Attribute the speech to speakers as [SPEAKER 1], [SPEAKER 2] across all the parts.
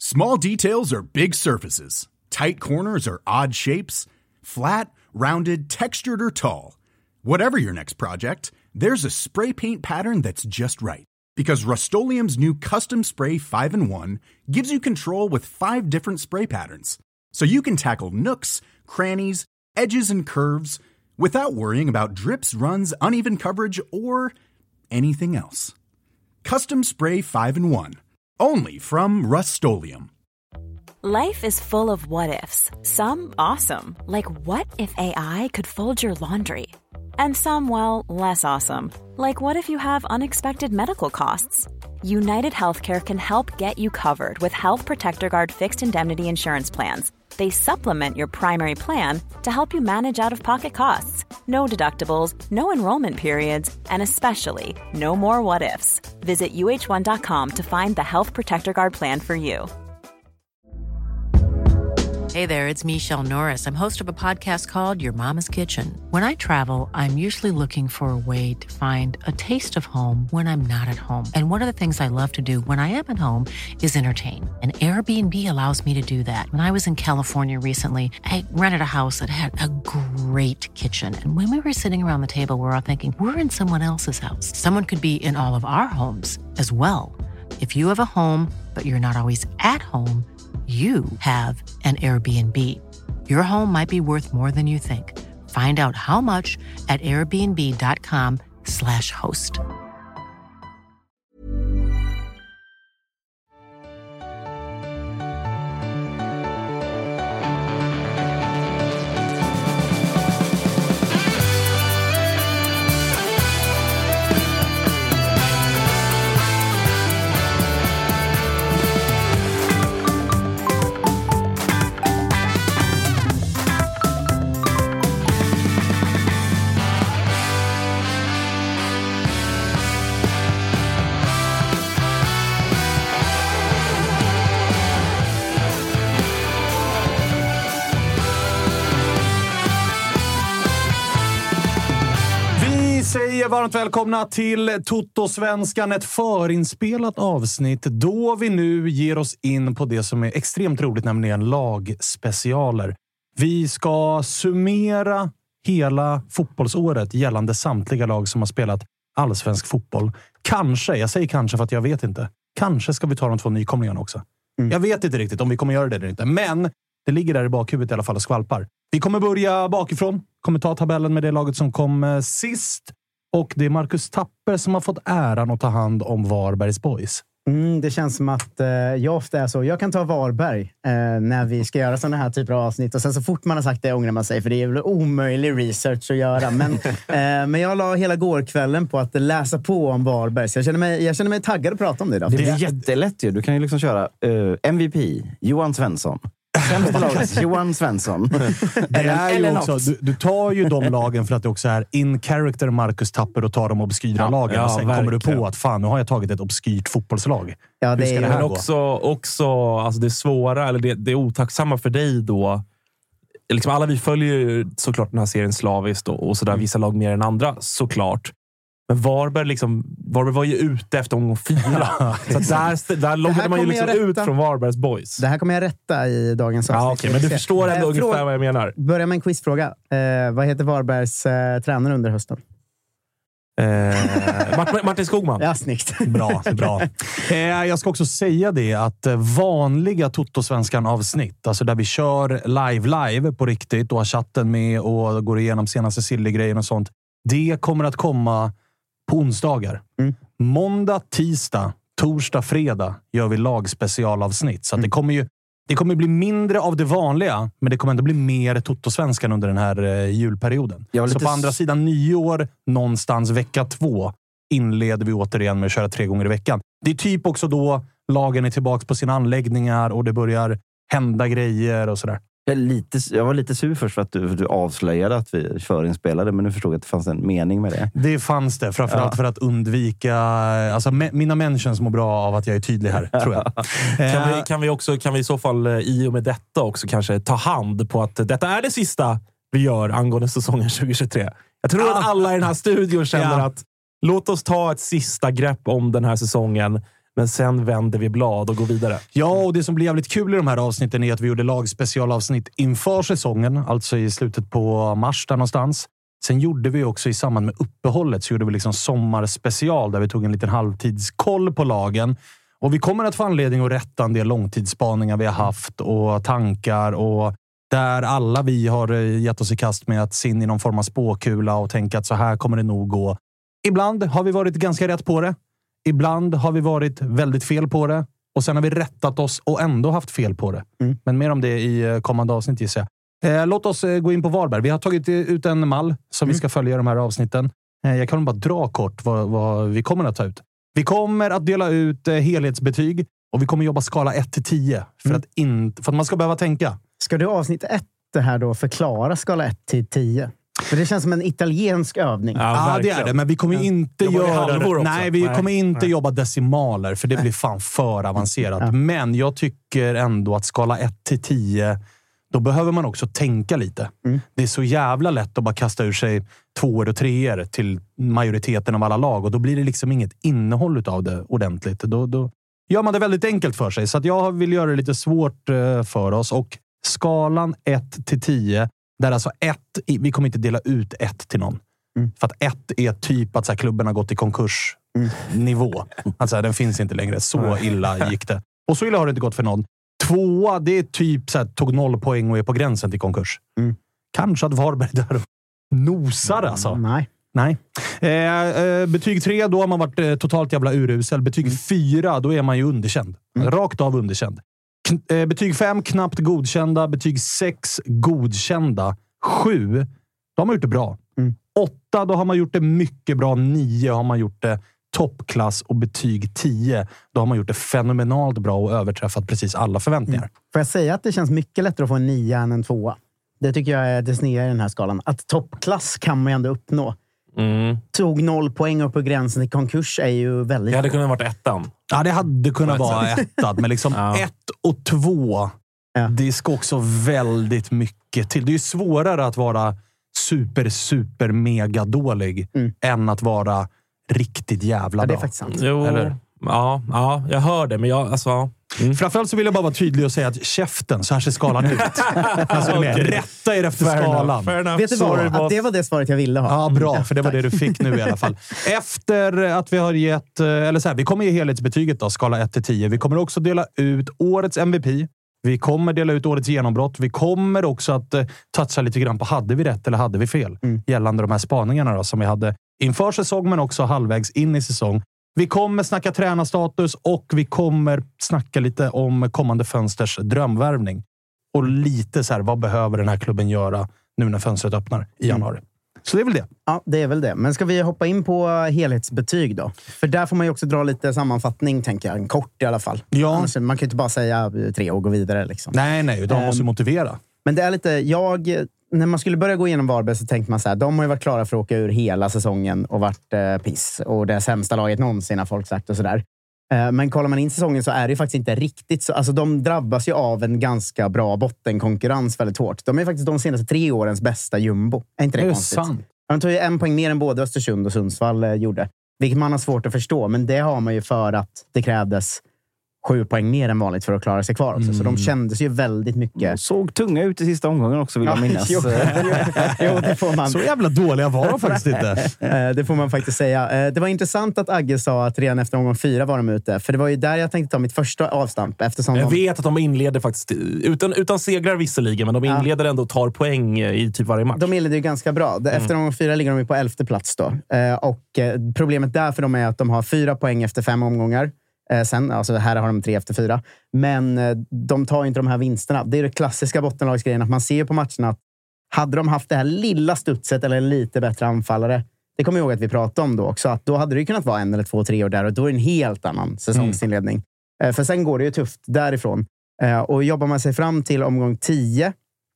[SPEAKER 1] Small details are big surfaces. Tight corners are odd shapes. Flat, rounded, textured, or tall. Whatever your next project, there's a spray paint pattern that's just right. Because Rust-Oleum's new Custom Spray 5-in-1 gives you control with 5 different spray patterns. So you can tackle nooks, crannies, edges, and curves without worrying about drips, runs, uneven coverage, or anything else. Custom Spray 5-in-1. Only from Rust-Oleum.
[SPEAKER 2] Life is full of what-ifs. Some awesome. Like what if AI could fold your laundry? And some, well, less awesome. Like what if you have unexpected medical costs? United Healthcare can help get you covered with Health Protector Guard fixed indemnity insurance plans. They supplement your primary plan to help you manage out-of-pocket costs. No deductibles, no enrollment periods, and especially no more what-ifs. Visit uh1.com to find the Health Protector Guard plan for you.
[SPEAKER 3] Hey there, it's Michelle Norris. I'm host of a podcast called Your Mama's Kitchen. When I travel, I'm usually looking for a way to find a taste of home when I'm not at home. And one of the things I love to do when I am at home is entertain. And Airbnb allows me to do that. When I was in California recently, I rented a house that had a great kitchen. And when we were sitting around the table, we're all thinking, we're in someone else's house. Someone could be in all of our homes as well. If you have a home, but you're not always at home, you have an Airbnb. Your home might be worth more than you think. Find out how much at airbnb.com/host.
[SPEAKER 4] Säger varmt välkomna till Toto-svenskan, ett förinspelat avsnitt då vi nu ger oss in på det som är extremt roligt, nämligen lagspecialer. Vi ska summera hela fotbollsåret gällande samtliga lag som har spelat allsvensk fotboll. Kanske, jag säger kanske för att jag vet inte. Kanske ska vi ta de 2 nykomlingarna också. Jag vet inte riktigt om vi kommer göra det eller inte, men det ligger där i bakhuvudet i alla fall och skvalpar. Vi kommer börja bakifrån, kommer ta tabellen med det laget som kom sist. Och det är Marcus Tapper som har fått äran att ta hand om Varbergs Boys.
[SPEAKER 5] Det känns som att jag ofta är så. Jag kan ta Varberg när vi ska göra sådana här typer av avsnitt. Och sen så fort man har sagt det ångrar man sig. För det är väl omöjlig research att göra. Men jag la hela gårkvällen på att läsa på om Varberg. Så jag känner mig taggad att prata om det idag.
[SPEAKER 6] Det blir jättelätt ju. Du kan ju liksom köra MVP, Johan Svensson. Sämsta laget, Johan Svensson.
[SPEAKER 4] Det är ju också, du tar ju de lagen för att det också är in character Marcus Tapper och tar de obskyra lagen. Och sen verkligen. Kommer du på att fan, nu har jag tagit ett obskyrt fotbollslag.
[SPEAKER 5] Ja, det
[SPEAKER 7] men också alltså det svåra, eller det otacksamma för dig då. Liksom alla vi följer ju såklart den här serien slaviskt och sådär, vissa lag mer än andra, såklart. Men Varberg var ju ute efter omgång 4. Så där loggade man ju liksom ut från Varbergs Boys.
[SPEAKER 5] Det här kommer jag rätta i dagens avsnitt.
[SPEAKER 7] Ja, okej, men du förstår ändå ungefär vad jag menar.
[SPEAKER 5] Börja med en quizfråga. Vad heter Varbergs tränare under hösten?
[SPEAKER 7] Martin Skogman.
[SPEAKER 5] Ja, snyggt.
[SPEAKER 4] Bra. Jag ska också säga det att vanliga Toto-svenskan avsnitt, alltså där vi kör live på riktigt och har chatten med och går igenom senaste Silly-grejen och sånt. Det kommer att komma på onsdagar. Måndag, tisdag, torsdag, fredag gör vi lagspecialavsnitt. Så att det kommer bli mindre av det vanliga, men det kommer ändå bli mer Toto-svenskan under den här julperioden. Så på andra sidan nyår, någonstans vecka 2, inleder vi återigen med att köra 3 gånger i veckan. Det är typ också då lagen är tillbaka på sina anläggningar och det börjar hända grejer och sådär.
[SPEAKER 6] Jag var lite sur först för att du avslöjade att vi förinspelade, men nu förstod jag att det fanns en mening med det.
[SPEAKER 4] Det fanns det, framförallt för att undvika... Alltså, mina människor mår bra av att jag är tydlig här, tror jag.
[SPEAKER 7] Kan vi i så fall i och med detta också kanske ta hand på att detta är det sista vi gör angående säsongen 2023. Jag tror att alla i den här studion känner att låt oss ta ett sista grepp om den här säsongen. Men sen vänder vi blad och går vidare.
[SPEAKER 4] Ja, och det som blir jävligt kul i de här avsnitten är att vi gjorde lagspecialavsnitt inför säsongen. Alltså i slutet på mars där någonstans. Sen gjorde vi också i samband med uppehållet så gjorde vi liksom sommarspecial där vi tog en liten halvtidskoll på lagen. Och vi kommer att få anledning att rätta en del långtidsspaningar vi har haft och tankar och där alla vi har gett oss i kast med att se in i någon form av spåkula och tänka att så här kommer det nog gå. Ibland har vi varit ganska rätt på det. Ibland har vi varit väldigt fel på det. Och sen har vi rättat oss och ändå haft fel på det. Men mer om det i kommande avsnitt gissar jag. Låt oss gå in på Varberg. Vi har tagit ut en mall som vi ska följa i de här avsnitten. Jag kan bara dra kort vad vi kommer att ta ut. Vi kommer att dela ut helhetsbetyg och vi kommer jobba skala 1-10 för att man ska behöva tänka.
[SPEAKER 5] Ska du avsnitt 1 det här då förklara skala 1-10? För det känns som en italiensk övning.
[SPEAKER 4] Ja, det är det. Men vi kommer inte göra... Nej, vi kommer inte jobba decimaler för det blir fan för avancerat. Ja. Men jag tycker ändå att skala 1-10 då behöver man också tänka lite. Det är så jävla lätt att bara kasta ur sig 2:or och 3:or till majoriteten av alla lag. Och då blir det liksom inget innehåll utav det ordentligt. Då gör man det väldigt enkelt för sig. Så att jag vill göra det lite svårt för oss. Och skalan 1-10, där alltså 1, vi kommer inte dela ut 1 till någon. För att 1 är typ att så här, klubben har gått i konkursnivå. Alltså den finns inte längre. Så illa gick det. Och så illa har det inte gått för någon. 2, det är typ så här, tog 0 poäng och är på gränsen till konkurs. Kanske att Varberg där nosar alltså. Nej. Betyg 3, då har man varit totalt jävla urusel. Betyg 4, då är man ju underkänd. Rakt av underkänd. Betyg 5, knappt godkända. Betyg 6, godkända. 7, då har man gjort det bra. 8, då har man gjort det mycket bra. 9 har man gjort det toppklass. Och betyg 10, då har man gjort det fenomenalt bra och överträffat precis alla förväntningar.
[SPEAKER 5] Får jag säga att det känns mycket lättare att få en 9 än en 2? Det tycker jag är det sneda i den här skalan. Att toppklass kan man ju ändå uppnå. Tog 0 poäng upp på gränsen till konkurs är ju väldigt...
[SPEAKER 7] Det hade kunnat varit 1.
[SPEAKER 4] Ja, det hade kunnat vara 1. Men liksom 1 och 2, det ska också väldigt mycket till. Det är ju svårare att vara super mega dålig än att vara riktigt jävla bra.
[SPEAKER 5] Det är faktiskt sant.
[SPEAKER 7] Jo. Eller? Ja, jag hör det, men jag... Alltså...
[SPEAKER 4] Framförallt så vill jag bara vara tydlig och säga att käften, så här ser skalan ut. Alltså, rätta er efter skalan.
[SPEAKER 5] Vet du vad? Det var det svaret jag ville ha.
[SPEAKER 4] Ja, bra. För det var det du fick nu i alla fall. Efter att vi har gett... Eller så här, vi kommer ge helhetsbetyget då, skala 1-10. Vi kommer också dela ut årets MVP. Vi kommer dela ut årets genombrott. Vi kommer också att toucha lite grann på hade vi rätt eller hade vi fel. Gällande de här spaningarna då, som vi hade inför säsong men också halvvägs in i säsong. Vi kommer snacka tränarstatus och vi kommer snacka lite om kommande fönsters drömvärvning. Och lite så här, vad behöver den här klubben göra nu när fönstret öppnar i januari? Så det är väl det.
[SPEAKER 5] Ja, det är väl det. Men ska vi hoppa in på helhetsbetyg då? För där får man ju också dra lite sammanfattning, tänker jag. En kort i alla fall.
[SPEAKER 4] Ja.
[SPEAKER 5] Annars, man kan ju inte bara säga 3 och gå vidare. Liksom.
[SPEAKER 4] Nej, de måste motivera.
[SPEAKER 5] Men det är lite... När man skulle börja gå igenom Varberg så tänkte man så här, de har ju varit klara för att åka ur hela säsongen och varit piss. Och det sämsta laget någonsin har folk sagt och sådär. Men kollar man in säsongen så är det ju faktiskt inte riktigt så. Alltså de drabbas ju av en ganska bra bottenkonkurrens väldigt hårt. De är faktiskt de senaste 3 årens bästa jumbo. Är inte det konstigt? Sant. De tog ju 1 poäng mer än både Östersund och Sundsvall gjorde. Vilket man har svårt att förstå. Men det har man ju för att det krävdes 7 poäng mer än vanligt för att klara sig kvar också. Så de kändes ju väldigt mycket...
[SPEAKER 6] De såg tunga ut i sista omgången också, vill jag minnas.
[SPEAKER 5] Jo, det får man.
[SPEAKER 4] Så jävla dåliga var de faktiskt inte.
[SPEAKER 5] Det får man faktiskt säga. Det var intressant att Agge sa att redan efter omgång 4 var de ute. För det var ju där jag tänkte ta mitt första avstamp. Eftersom
[SPEAKER 7] jag vet att de inleder faktiskt, utan segrar visserligen, men de inleder ändå och tar poäng i typ varje match.
[SPEAKER 5] De inleder ju ganska bra. Efter omgång 4 ligger de ju på 11:e plats då. Och problemet där för dem är att de har 4 poäng efter 5 omgångar. Sen, alltså här har de 3 efter 4. Men de tar inte de här vinsterna. Det är det klassiska bottenlagsgrejen att man ser på matcherna att hade de haft det här lilla studset eller en lite bättre anfallare, det kommer jag ihåg att vi pratade om då också, att då hade det kunnat vara 1 eller 2, 3 år där och då är det en helt annan säsongsinledning. För sen går det ju tufft därifrån. Och jobbar man sig fram till omgång 10,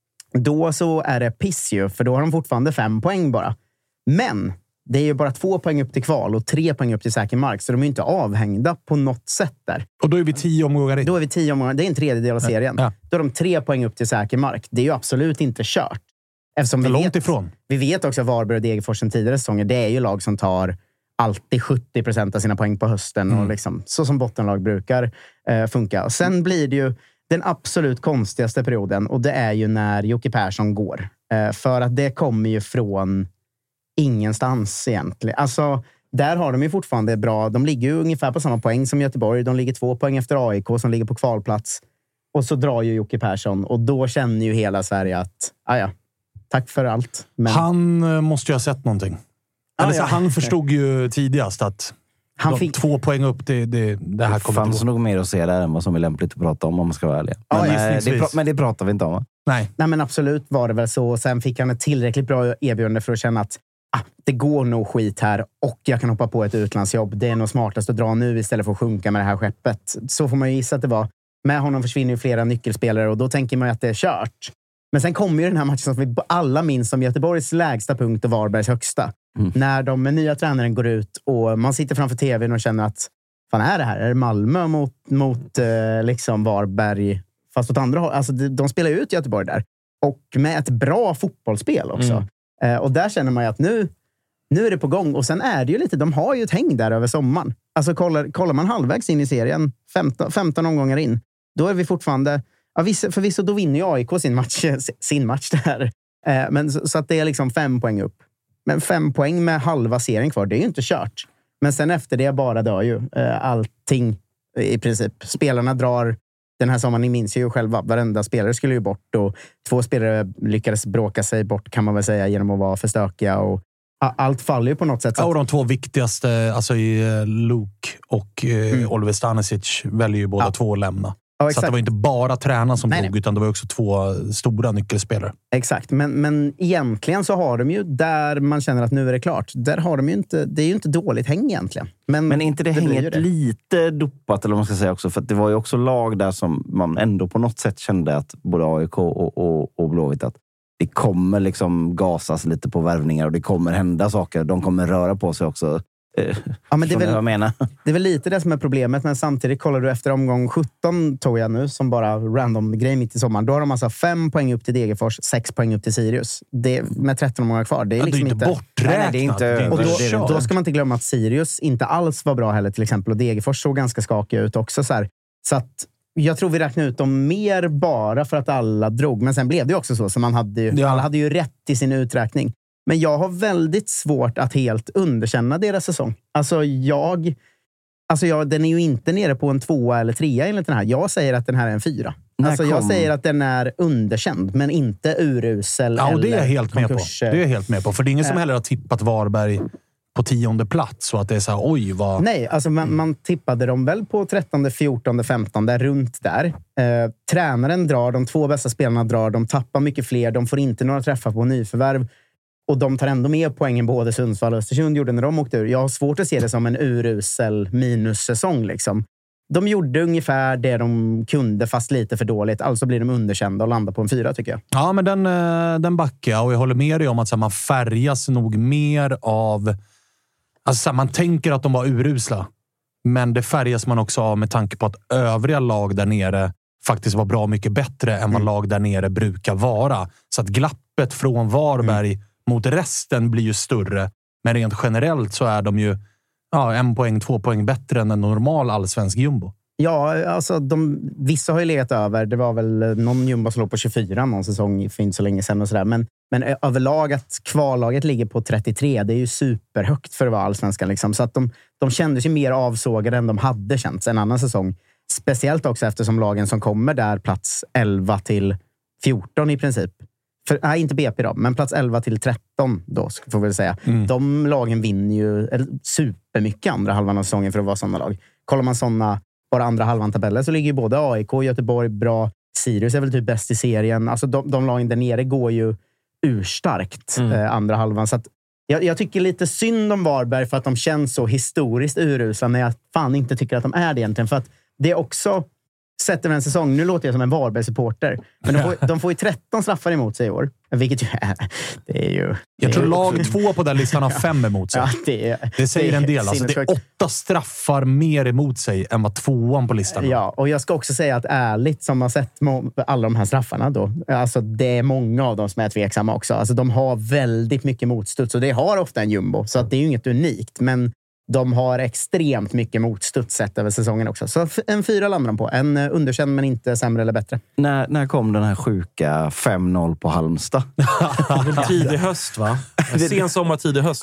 [SPEAKER 5] då så är det piss ju, för då har de fortfarande 5 poäng bara. Men det är ju bara 2 poäng upp till kval och 3 poäng upp till säker mark. Så de är ju inte avhängda på något sätt där.
[SPEAKER 4] Och då är vi 10 omgångar in.
[SPEAKER 5] Då är vi 10 omgångar. Det är en tredjedel av serien. Ja. Då är de 3 poäng upp till säker mark. Det är ju absolut inte kört. Eftersom
[SPEAKER 4] långt ifrån.
[SPEAKER 5] Vi vet också att Varberg och Degerfors tidigare säsonger, det är ju lag som tar alltid 70% av sina poäng på hösten. Och liksom, så som bottenlag brukar funka. Och sen blir det ju den absolut konstigaste perioden. Och det är ju när Jocke Persson går. För att det kommer ju från ingenstans egentligen. Alltså, där har de ju fortfarande bra. De ligger ju ungefär på samma poäng som Göteborg. De ligger 2 poäng efter AIK som ligger på kvalplats. Och så drar ju Jocke Persson. Och då känner ju hela Sverige att, tack för allt. Men...
[SPEAKER 4] Han måste ju ha sett någonting. Han förstod ju tidigast att han fick 2 poäng upp. Det här kommer
[SPEAKER 6] fanns nog mer att se där än vad som är lämpligt att prata om man ska vara ärlig. Men det pratar vi inte om, va?
[SPEAKER 4] Nej,
[SPEAKER 5] men absolut var det väl så. Sen fick han ett tillräckligt bra erbjudande för att känna att det går nog skit här och jag kan hoppa på ett utlandsjobb. Det är nog smartast att dra nu istället för att sjunka med det här skeppet. Så får man ju gissa att det var. Med honom försvinner ju flera nyckelspelare och då tänker man ju att det är kört. Men sen kommer ju den här matchen som vi alla minns som Göteborgs lägsta punkt och Varbergs högsta. När de med nya tränaren går ut och man sitter framför tvn och känner att fan är det här? Är det Malmö mot liksom Varberg fast åt andra håll? Alltså de spelar ut Göteborg där. Och med ett bra fotbollsspel också. Och där känner man ju att nu är det på gång. Och sen är det ju lite, de har ju ett häng där över sommaren. Alltså kollar man halvvägs in i serien, 15 omgångar in, då är vi fortfarande, förvisso då vinner ju AIK sin match där. Men så att det är liksom 5 poäng upp. Men 5 poäng med halva serien kvar, det är ju inte kört. Men sen efter det bara dör ju allting i princip. Spelarna drar den här sommaren, ni minns ju själva, varenda spelare skulle ju bort och 2 spelare lyckades bråka sig bort kan man väl säga genom att vara för stökiga och allt faller ju på något sätt.
[SPEAKER 4] Ja, och de 2 viktigaste, alltså i Luke och Oliver Stanisic väljer ju båda 2 att lämna. Ja, så att det var inte bara tränaren som tog, utan det var också 2 stora nyckelspelare.
[SPEAKER 5] Exakt, men egentligen så har de ju där man känner att nu är det klart. Där har de ju inte, det är ju inte dåligt häng egentligen. Men
[SPEAKER 6] är inte det hänget lite dopat, eller vad man ska säga också? För att det var ju också lag där som man ändå på något sätt kände att både AIK och Blåvitt att det kommer liksom gasas lite på värvningar och det kommer hända saker. De kommer röra på sig också.
[SPEAKER 5] Ja, men det är väl lite det som är problemet, men samtidigt kollar du efter omgång 17 tog jag nu som bara random grej mitt i sommaren. Då har de alltså 5 poäng upp till Degerfors, 6 poäng upp till Sirius. Det med 13 omgångar kvar. Det är liksom
[SPEAKER 4] inte borträknat.
[SPEAKER 5] Nej, det är inte, och då ska man inte glömma att Sirius inte alls var bra heller till exempel, och Degerfors såg ganska skakiga ut också så här. Så att jag tror vi räknar ut dem mer bara för att alla drog, men sen blev det ju också så man hade ju, alla hade ju rätt i sin uträkning. Men jag har väldigt svårt att helt underkänna deras säsong. Alltså den är ju inte nere på en 2 eller 3 enligt den här. Jag säger att den här är en 4. Alltså jag säger att den är underkänd, men inte urusel.
[SPEAKER 4] Ja, och det är jag helt
[SPEAKER 5] konkurs.
[SPEAKER 4] med på. Det är jag helt med på. För det är ingen som heller har tippat Varberg på 10:e plats. Så att det är så här, oj vad...
[SPEAKER 5] Nej, alltså man tippade dem väl på 13:e, 14:e, 15:e, runt där. Tränaren drar, de 2 bästa spelarna drar, de tappar mycket fler, de får inte några träffar på nyförvärv. Och de tar ändå mer poäng än både Sundsvall och Östersund gjorde när de åkte ur. Jag har svårt att se det som en urusel minussäsong. Liksom. De gjorde ungefär det de kunde, fast lite för dåligt. Alltså blir de underkända och landar på en 4, tycker jag.
[SPEAKER 4] Ja, men den backar jag. Och jag håller med dig om att så här, man färgas nog mer av... Alltså, så här, man tänker att de var urusla. Men det färgas man också av med tanke på att övriga lag där nere faktiskt var bra mycket bättre än vad lag där nere brukar vara. Så att glappet från Varberg mot resten blir ju större. Men rent generellt så är de ju 1 poäng, 2 poäng bättre än en normal allsvensk jumbo.
[SPEAKER 5] Ja, alltså vissa har ju legat över. Det var väl någon jumbo som låg på 24 någon säsong för inte så länge sedan och sådär. Men överlag att kvallaget ligger på 33, det är ju superhögt för att vara allsvenskan. Liksom. Så att de kändes ju mer avsågade än de hade känts en annan säsong. Speciellt också eftersom lagen som kommer där plats 11 till 14 i princip. Nej, inte BP då, men plats 11 till 13 då, får vi väl säga. De lagen vinner ju supermycket andra halvan av säsongen för att vara sådana lag. Kollar man sådana, bara andra halvan tabeller, så ligger ju både AIK och Göteborg bra. Sirius är väl typ bäst i serien. Alltså de lagen där nere går ju urstarkt andra halvan. Så att jag tycker lite synd om Varberg för att de känns så historiskt urusla när jag fan inte tycker att de är det egentligen. För att det är också... Sett över en säsong, nu låter jag som en Varberg-supporter. Men de får ju 13 straffar emot sig i år. Vilket ju det är ju...
[SPEAKER 4] Jag tror lag 2 på den listan har 5 emot sig.
[SPEAKER 5] Ja,
[SPEAKER 4] det säger en del. Alltså, det är 8 straffar mer emot sig än vad 2:an på listan har.
[SPEAKER 5] Ja, och jag ska också säga att ärligt, som har sett alla de här straffarna då. Alltså det är många av dem som är tveksamma också. Alltså de har väldigt mycket motstuds. Och det har ofta en jumbo. Så att det är ju inget unikt. Men de har extremt mycket motstuds sett över säsongen också. Så en 4 landar de på. En underkänd men inte sämre eller bättre.
[SPEAKER 6] När kom den här sjuka 5-0 på Halmstad?
[SPEAKER 7] Tidig höst, va? Sen sommar, tidig höst.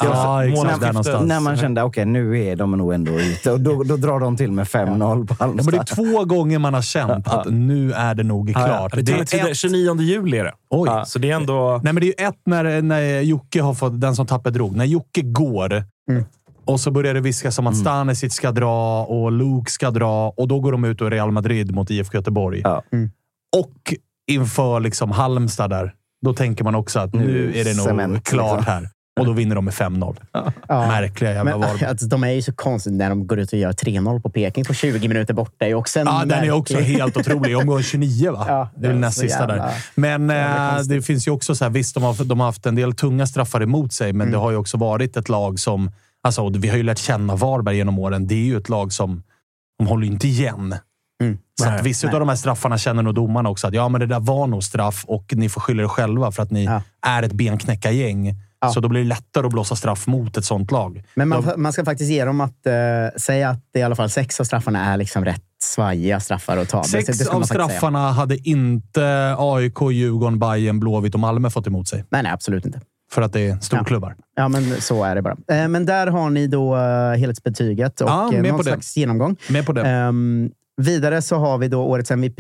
[SPEAKER 6] När man kände, okej, nu är de nog ändå ute. Och då drar de till med 5-0 på Halmstad.
[SPEAKER 4] Men det är 2 gånger man har känt att nu är det nog klart.
[SPEAKER 7] Det är 29 juli är det.
[SPEAKER 4] Oj.
[SPEAKER 7] Så det är ändå...
[SPEAKER 4] Nej, men det är ju ett när Jocke har fått den som tappar drog. När Jocke går... Och så börjar det viskas om att Stanisic ska dra och Luke ska dra. Och då går de ut och Real Madrid mot IFK Göteborg. Ja. Och inför liksom Halmstad där, då tänker man också att nu är det nog klart här. Och då vinner de med 5-0. Ja. Märkliga jävla Varberg.
[SPEAKER 5] Alltså, de är ju så konstigt när de går ut och gör 3-0 på Peking på 20 minuter borta. Är också
[SPEAKER 4] den är också helt otrolig. Omgång 29, va? Ja, det är väl näst sista där. Men det finns ju också så här, visst, de har haft en del tunga straffar emot sig, men det har ju också varit ett lag som... Alltså, vi har ju lärt känna Varberg genom åren. Det är ju ett lag som de håller inte igen. Så att vissa av de här straffarna känner nog domarna också att ja, men det där var nog straff och ni får skylla er själva för att ni är ett benknäckargäng. Ja. Så då blir det lättare att blåsa straff mot ett sånt lag. Men
[SPEAKER 5] man ska faktiskt ge dem att säga att i alla fall 6 av straffarna är liksom rätt svajiga straffar att ta.
[SPEAKER 4] 6 av straffarna hade inte AIK, Djurgården, Bayern, Blåvitt och Malmö fått emot sig.
[SPEAKER 5] Nej, absolut inte.
[SPEAKER 4] För att det är storklubbar.
[SPEAKER 5] Ja, men så är det bara. Men där har ni då helhetsbetyget och någon slags genomgång.
[SPEAKER 4] Med på det.
[SPEAKER 5] Vidare så har vi då årets MVP.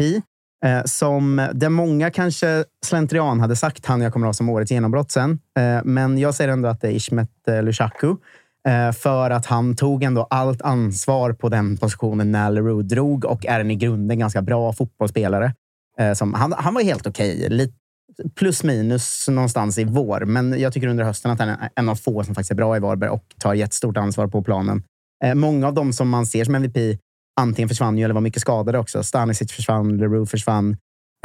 [SPEAKER 5] Som det många kanske slentrian hade sagt han jag kommer att ha som årets genombrott sen. Men jag säger ändå att det är Ismet Lukaku. För att han tog ändå allt ansvar på den positionen när Leroux drog och är en i grunden ganska bra fotbollsspelare. Han var helt okej. Lite plus minus någonstans i vår. Men jag tycker under hösten att han är en av få som faktiskt är bra i Varberg och tar jättestort ansvar på planen. Många av dem som man ser som MVP antingen försvann ju eller var mycket skadade också. Stanisic försvann, Leroux försvann.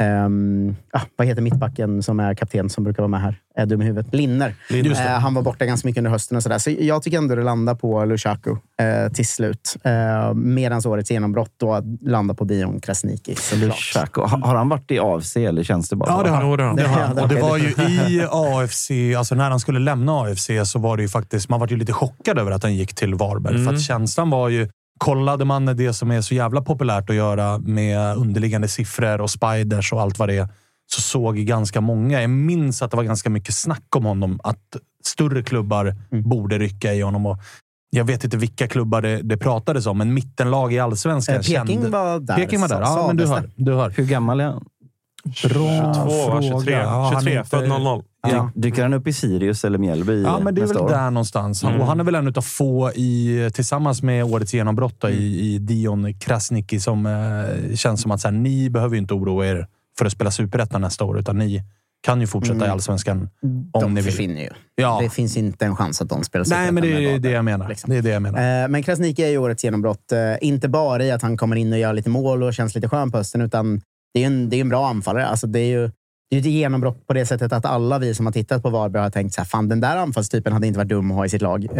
[SPEAKER 5] Vad heter mittbacken som är kapten som brukar vara med här? Är dum i huvudet? Linner. Han var borta ganska mycket under hösten och sådär. Så jag tycker ändå det landar på Lukaku till slut. Medans årets genombrott då landar på Dion Krasniqi.
[SPEAKER 6] Lukaku. Har han varit i AFC eller känns det bara?
[SPEAKER 4] Ja, det har han. Och det var ju i AFC, alltså när han skulle lämna AFC så var det ju faktiskt, man var ju lite chockad över att han gick till Varberg. För att känslan var ju, kollade man det som är så jävla populärt att göra med underliggande siffror och spiders och allt vad det är, så såg ganska många. Jag minns att det var ganska mycket snack om honom. Att större klubbar borde rycka i honom. Och jag vet inte vilka klubbar det pratades om, men mittenlag i Allsvenskan
[SPEAKER 5] Peking var där.
[SPEAKER 4] Peking var där, ja, men du hör.
[SPEAKER 6] Hur gammal är han?
[SPEAKER 4] Bra
[SPEAKER 7] 22, 23, född 00.
[SPEAKER 6] Ja. Dyker han upp i Sirius eller Mjällby?
[SPEAKER 4] Ja, men det är väl där någonstans. Och han är väl en utav få tillsammans med årets genombrott i Dion Krasniqi som känns som att så här, ni behöver ju inte oroa er för att spela Superettan nästa år, utan ni kan ju fortsätta i Allsvenskan om ni vill. De
[SPEAKER 5] försvinner ju. Ja. Det finns inte en chans att de spelar Superettan.
[SPEAKER 4] Nej, men det är det jag menar. Liksom. Det är det jag menar.
[SPEAKER 5] Men Krasniqi är ju årets genombrott. Inte bara i att han kommer in och gör lite mål och känns lite skön på hösten, utan det är en bra anfallare. Alltså det är ju ett genombrott på det sättet att alla vi som har tittat på Varberg har tänkt så här, fan, den där anfallstypen hade inte varit dum att ha i sitt lag.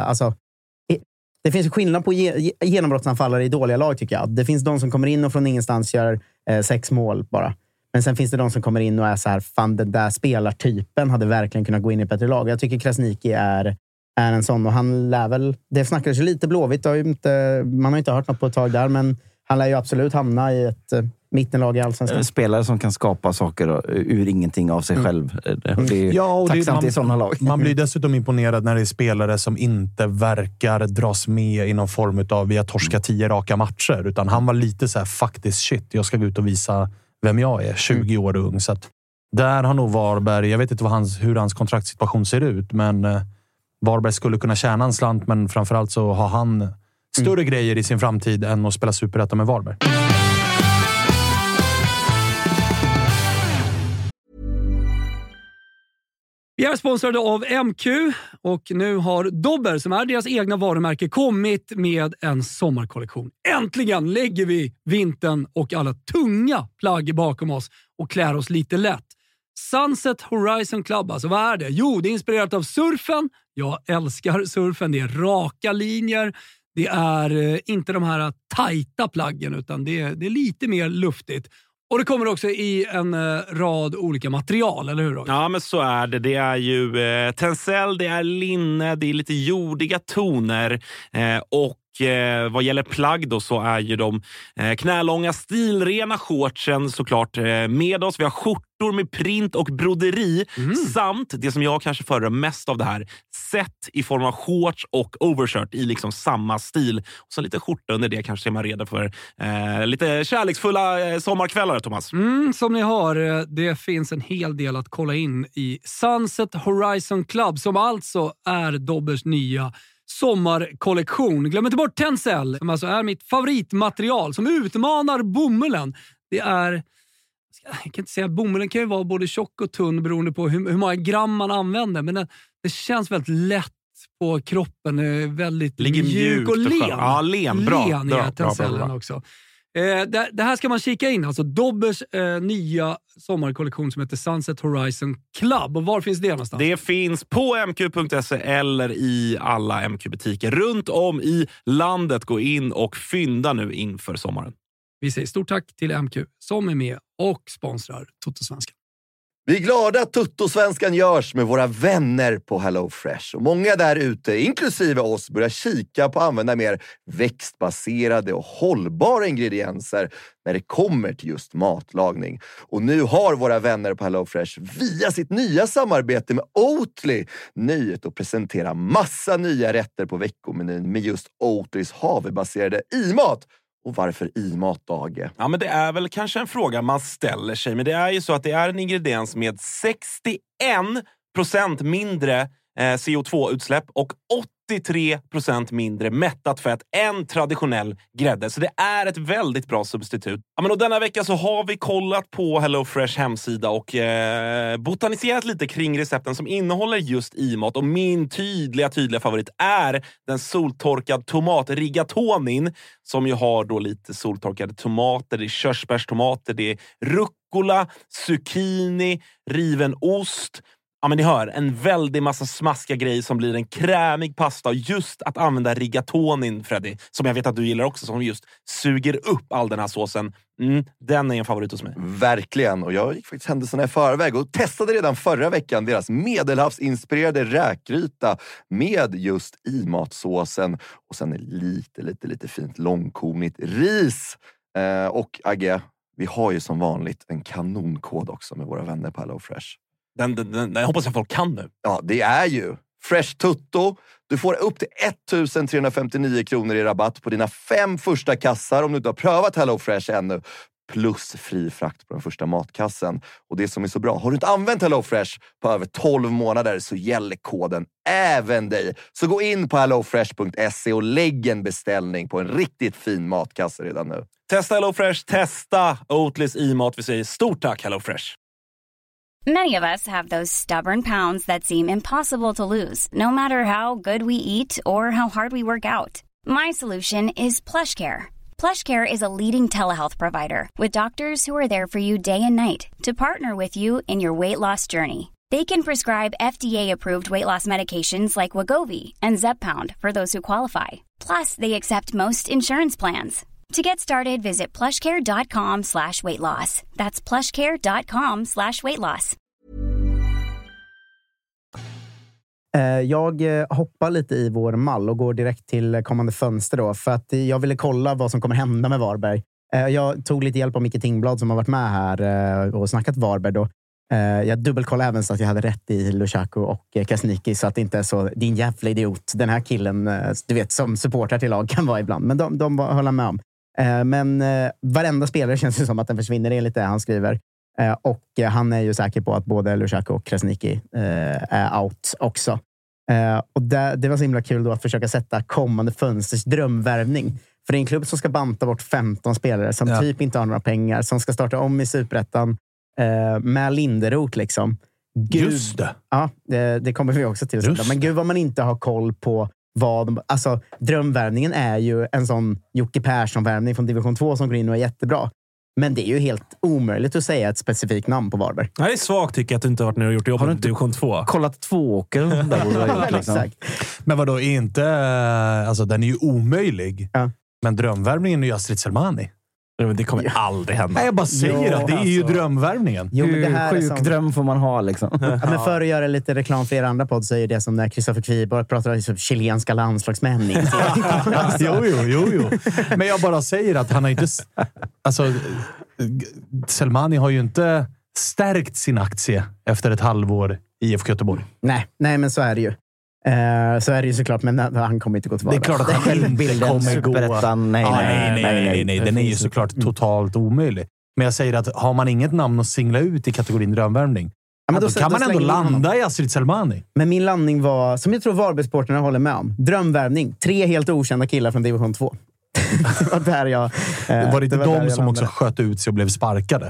[SPEAKER 5] Det finns skillnad på genombrottsanfallare i dåliga lag, tycker jag. Det finns de som kommer in och från ingenstans gör 6 mål bara. Men sen finns det de som kommer in och är så här, fan, den där spelartypen hade verkligen kunnat gå in i ett bättre lag. Jag tycker Krasniqi är en sån, och han lär väl, det snackades ju lite Blåvitt, man har inte hört något på ett tag där, men han lär ju absolut hamna i ett mittenlag i Allsvenskan.
[SPEAKER 6] Spelare som kan skapa saker ur ingenting av sig själv. Det är tacksamt i sådana lag.
[SPEAKER 4] Man blir dessutom imponerad när det är spelare som inte verkar dras med i någon form av vi har torskat 10 raka matcher. Utan han var lite så här, faktiskt shit, jag ska gå ut och visa vem jag är. 20 år ung. Så att där har nog Varberg, jag vet inte hur hans kontraktssituation ser ut, men Varberg skulle kunna tjäna en slant, men framförallt så har han större grejer i sin framtid än att spela Superettan med Varberg.
[SPEAKER 8] Vi är sponsrade av MQ och nu har Dobber, som är deras egna varumärke, kommit med en sommarkollektion. Äntligen lägger vi vintern och alla tunga plagg bakom oss och klär oss lite lätt. Sunset Horizon Club, alltså vad är det? Jo, det är inspirerat av surfen. Jag älskar surfen. Det är raka linjer. Det är inte de här tajta plaggen, utan det är lite mer luftigt. Och det kommer också i en rad olika material, eller hur?
[SPEAKER 7] Ja, men så är det. Det är ju tencel, det är linne, det är lite jordiga toner och vad gäller plagg då så är ju de knälånga stilrena shortsen såklart med oss. Vi har skjortor med print och broderi samt det som jag kanske föredrar mest av det här, set i form av shorts och overshirt i liksom samma stil. Och så lite skjorta under det, kanske är man redo för lite kärleksfulla sommarkvällar, Thomas.
[SPEAKER 8] Som ni hör, det finns en hel del att kolla in i Sunset Horizon Club som alltså är Dobbers nya sommarkollektion. Glöm inte bort tencel som alltså är mitt favoritmaterial som utmanar bomullen. Det är, jag kan inte säga, bomullen kan ju vara både tjock och tunn beroende på hur många gram man använder, men det känns väldigt lätt på kroppen, väldigt mjuk och len.
[SPEAKER 7] Ja, len. Bra.
[SPEAKER 8] Len är tencellen också. Det här ska man kika in, alltså Dobbers nya sommarkollektion som heter Sunset Horizon Club. Och var finns det någonstans?
[SPEAKER 7] Det finns på mq.se eller i alla MQ-butiker runt om i landet. Gå in och fynda nu inför sommaren.
[SPEAKER 8] Vi säger stort tack till MQ som är med och sponsrar Toto-svenskan.
[SPEAKER 9] Vi är glada att Toto-svenskan görs med våra vänner på HelloFresh. Och många där ute, inklusive oss, börjar kika på att använda mer växtbaserade och hållbara ingredienser när det kommer till just matlagning. Och nu har våra vänner på HelloFresh via sitt nya samarbete med Oatly nöjet att presentera massa nya rätter på veckomenyn med just Oatlys havrebaserade i-mat. Och varför i-mat, Dage?
[SPEAKER 7] Ja, men det är väl kanske en fråga man ställer sig. Men det är ju så att det är en ingrediens med 61% mindre CO2-utsläpp och 83% mindre mättat fett än traditionell grädde. Så det är ett väldigt bra substitut. Ja, men och denna vecka så har vi kollat på HelloFresh hemsida och botaniserat lite kring recepten som innehåller just i-mat. Och min tydliga favorit är den soltorkad tomat rigatonin som ju har då lite soltorkade tomater, det är körsbärstomater, det är rucola, zucchini, riven ost. Ja, men ni hör, en väldig massa smaskiga grejer som blir en krämig pasta. Och just att använda rigatonin, Freddy, som jag vet att du gillar också, som just suger upp all den här såsen. Den är en favorit hos mig.
[SPEAKER 9] Verkligen, och jag gick faktiskt händelserna i förväg och testade redan förra veckan deras medelhavsinspirerade räkgryta med just i-matsåsen. Och sen lite fint långkornigt ris. Och Agge, vi har ju som vanligt en kanonkod också med våra vänner på HelloFresh.
[SPEAKER 7] Den jag hoppas att folk kan nu.
[SPEAKER 9] Ja, det är ju Fresh Tutto. Du får upp till 1359 kronor i rabatt på dina 5 första kassar om du inte har prövat HelloFresh ännu. Plus fri frakt på den första matkassen. Och det som är så bra, har du inte använt HelloFresh på över 12 månader så gäller koden även dig. Så gå in på hellofresh.se och lägg en beställning på en riktigt fin matkasse redan nu.
[SPEAKER 7] Testa HelloFresh, testa Oatlys i-mat. Vi säger stort tack HelloFresh.
[SPEAKER 10] Many of us have those stubborn pounds that seem impossible to lose, no matter how good we eat or how hard we work out. My solution is PlushCare. PlushCare is a leading telehealth provider with doctors who are there for you day and night to partner with you in your weight loss journey. They can prescribe FDA-approved weight loss medications like Wegovy and Zepbound for those who qualify. Plus, they accept most insurance plans. To get started, visit plushcare.com/weightloss. That's plushcare.com/weightloss.
[SPEAKER 5] Jag hoppar lite i vår mall och går direkt till kommande fönster då. För att jag ville kolla vad som kommer hända med Varberg. Jag tog lite hjälp av Micke Tingblad som har varit med här och snackat Varberg då. Jag dubbelkollade även så att jag hade rätt i Lukaku och Krasniqi så att det inte är så, din jävla idiot. Den här killen, du vet, som supportrar till lag kan vara ibland. Men de håller med om. Men varenda spelare känns det som att den försvinner enligt det han skriver. Och han är ju säker på att både Lukaku och Krasniqi är out också. Och det var så himla kul då att försöka sätta kommande fönsters drömvärvning. För det är en klubb som ska banta bort 15 spelare som typ inte har några pengar. Som ska starta om i Superettan med Linderoth liksom. Gud, just det. Ja, det kommer vi också till. Men gud vad man inte har koll på vad alltså drömvärvningen är ju en sån Jocke Persson-värvning från division 2 som går in och är jättebra. Men det är ju helt omöjligt att säga ett specifikt namn på Varberg.
[SPEAKER 7] Det är svagt tycker jag att du inte har varit nere och gjort jobbet i division 2.
[SPEAKER 6] Kollat Tvååker där liksom.
[SPEAKER 4] Men vadå, inte alltså den är ju omöjlig. Ja. Men drömvärvningen är ju Astrid Selmani.
[SPEAKER 7] Men det kommer aldrig hända.
[SPEAKER 4] Nej, jag bara säger att det är ju drömvärvningen.
[SPEAKER 5] Jo, men det här är
[SPEAKER 6] Sjuk dröm får man ha liksom.
[SPEAKER 5] Ja, men för att göra lite reklam för er andra podd så är det som när Kristoffer Kviborg pratar om liksom chilenska landslagsmän.
[SPEAKER 4] Jo. Men jag bara säger att han har inte... Alltså, Selmani har ju inte stärkt sin aktie efter ett halvår i IFK Göteborg.
[SPEAKER 5] Nej, men så är det ju. Så är det ju såklart, men han kommer inte gå tillbaka.
[SPEAKER 4] Det är klart att han inte kommer gå. Nej. Den är ju såklart totalt omöjlig. Men jag säger att har man inget namn att singla ut i kategorin drömvärvning, men då kan man ändå landa i Astrid Selmani.
[SPEAKER 5] Men min landning var, som jag tror Varbergsporterna håller med om, drömvärvning. 3 helt okända killar från division 2. Det var där jag...
[SPEAKER 4] var det inte de som också sköt ut sig och blev sparkade?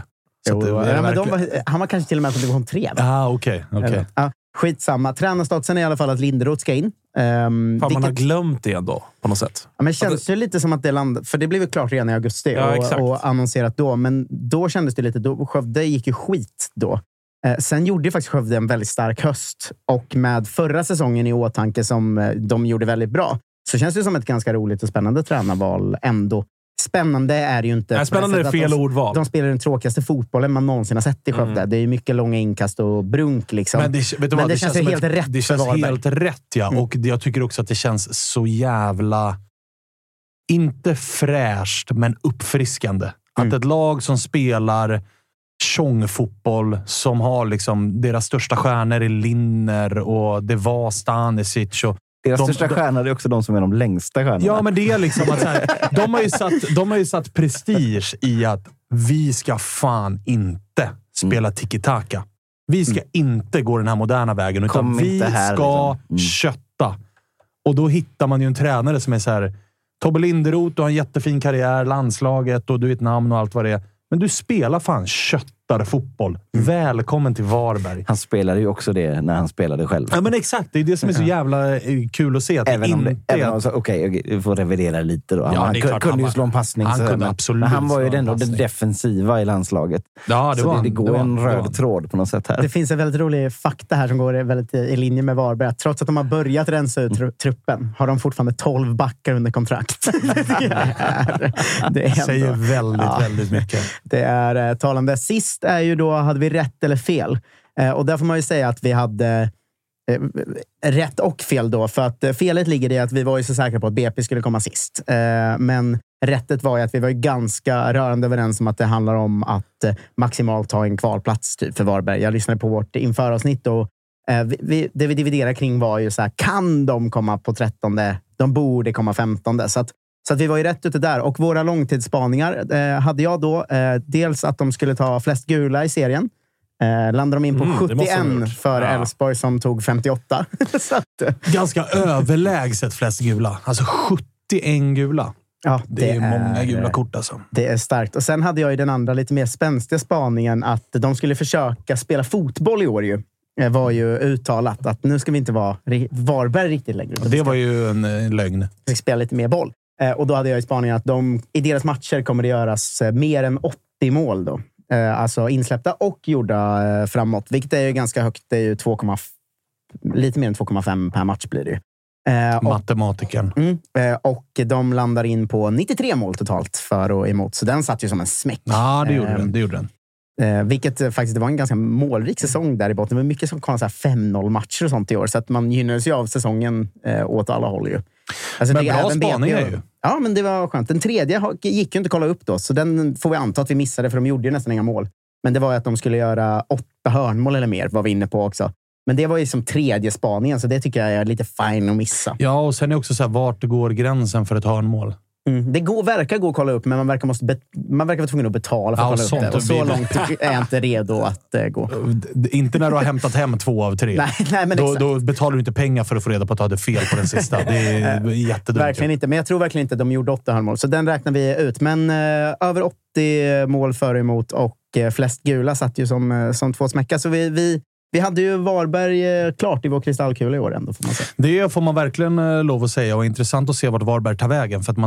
[SPEAKER 5] Han var kanske till och med från division 3.
[SPEAKER 4] Okej.
[SPEAKER 5] Skitsamma. Tränarstatusen är i alla fall att Linderoth ska in.
[SPEAKER 7] Man har glömt det ändå, på något sätt.
[SPEAKER 5] Ja, men känns ju lite som att det landade... För det blev ju klart redan i augusti och annonserat då. Men då kändes det lite... Skövde gick ju skit då. Sen gjorde ju faktiskt Skövde en väldigt stark höst. Och med förra säsongen i åtanke som de gjorde väldigt bra, så känns det som ett ganska roligt och spännande tränarval ändå. Spännande är det ju inte.
[SPEAKER 7] Nej, spännande är fel ordval.
[SPEAKER 5] De spelar den tråkigaste fotbollen man någonsin har sett i Skövde. Det är mycket långa inkast och brunk liksom.
[SPEAKER 4] Men det känns helt rätt. Det känns helt rätt, ja. Och jag tycker också att det känns så jävla... Inte fräscht, men uppfriskande. Att ett lag som spelar tjongfotboll, som har liksom deras största stjärnor i Linner och det var Stanisic och
[SPEAKER 6] deras största stjärnor är också de som är de längsta stjärnorna.
[SPEAKER 4] Ja, men det är liksom att så här, de har ju satt prestige i att vi ska fan inte spela tiki-taka. Vi ska inte gå den här moderna vägen, utan vi ska kötta. Och då hittar man ju en tränare som är så här: Tobbe Linderoth, du har en jättefin karriär, landslaget och du är ett namn och allt vad det är. Men du spelar fan köttarfotboll. Välkommen till Varberg.
[SPEAKER 6] Han spelade ju också det när han spelade själv.
[SPEAKER 4] Ja, men exakt. Det är det som är så jävla kul att se. Att
[SPEAKER 6] Okej, du får revidera lite då.
[SPEAKER 4] Ja,
[SPEAKER 6] han kunde ju slå en passning.
[SPEAKER 4] Absolut,
[SPEAKER 6] men han var ju ändå den defensiva i landslaget.
[SPEAKER 4] Ja,
[SPEAKER 6] det går en röd tråd på något sätt här.
[SPEAKER 5] Det finns en väldigt rolig fakta här som går väldigt i linje med Varberg. Trots att de har börjat rensa ut truppen har de fortfarande 12 backar under kontrakt. det
[SPEAKER 4] säger väldigt mycket.
[SPEAKER 5] Det är talande. Sist är ju då, hade vi rätt eller fel? Och där får man ju säga att vi hade rätt och fel då. För att felet ligger i att vi var ju så säkra på att BP skulle komma sist. Men rättet var ju att vi var ju ganska rörande överens om att det handlar om att maximalt ta en kvalplats typ för Varberg. Jag lyssnade på vårt införavsnitt och det vi dividerade kring var ju så här: kan de komma på 13:e? De borde komma 15:e. Så att vi var ju rätt ute där. Och våra långtidsspaningar hade jag då. Dels att de skulle ta flest gula i serien. Landade de in på 71 för Elfsborg som tog 58. Så att,
[SPEAKER 4] ganska överlägset flest gula. Alltså 71 gula.
[SPEAKER 5] Ja,
[SPEAKER 4] det är många gula kort alltså.
[SPEAKER 5] Det är starkt. Och sen hade jag ju den andra lite mer spänstiga spaningen att de skulle försöka spela fotboll i år ju. Var ju uttalat att nu ska vi inte vara Varberg riktigt längre.
[SPEAKER 4] Det var ju en lögn.
[SPEAKER 5] Vi ska spela lite mer boll. Och då hade jag i spaningen att i deras matcher kommer det göras mer än 80 mål då. Alltså insläppta och gjorda framåt. Vilket är ju ganska högt. Det är ju lite mer än 2,5 per match blir det ju.
[SPEAKER 4] Matematiken.
[SPEAKER 5] Och de landar in på 93 mål totalt för och emot. Så den satt ju som en smäck.
[SPEAKER 4] Ja, det gjorde den.
[SPEAKER 5] Vilket faktiskt, det var en ganska målrik säsong där i botten. Det var mycket som kom så här 5-0 matcher och sånt i år. Så att man gynnades ju av säsongen åt alla håll ju. Alltså,
[SPEAKER 4] men bra spaningar ju.
[SPEAKER 5] Ja, men det var skönt. Den tredje gick ju inte att kolla upp då. Så den får vi anta att vi missade, för de gjorde ju nästan inga mål. Men det var ju att de skulle göra 8 hörnmål eller mer, var vi inne på också. Men det var ju som tredje spaningen, så det tycker jag är lite fine att missa.
[SPEAKER 4] Ja, och sen är också så här, vart går gränsen för ett hörnmål?
[SPEAKER 5] Det verkar gå att kolla upp, men man verkar vara tvungen att betala för att kolla upp det. Och så långt är jag inte redo att gå.
[SPEAKER 4] Inte när du har hämtat hem 2 av 3.
[SPEAKER 5] Nej, men
[SPEAKER 4] då betalar du inte pengar för att få reda på att du hade fel på den sista. Det är jättedumt.
[SPEAKER 5] Verkligen inte, men jag tror verkligen inte att de gjorde 8 hörnmål. Så den räknar vi ut. Men över 80 mål för emot och flest gula satt ju som 2 smäckar. Så vi hade ju Varberg klart i vår kristallkula i år ändå, får man säga.
[SPEAKER 4] Det får man verkligen lov att säga. Och intressant att se vart Varberg tar vägen. För att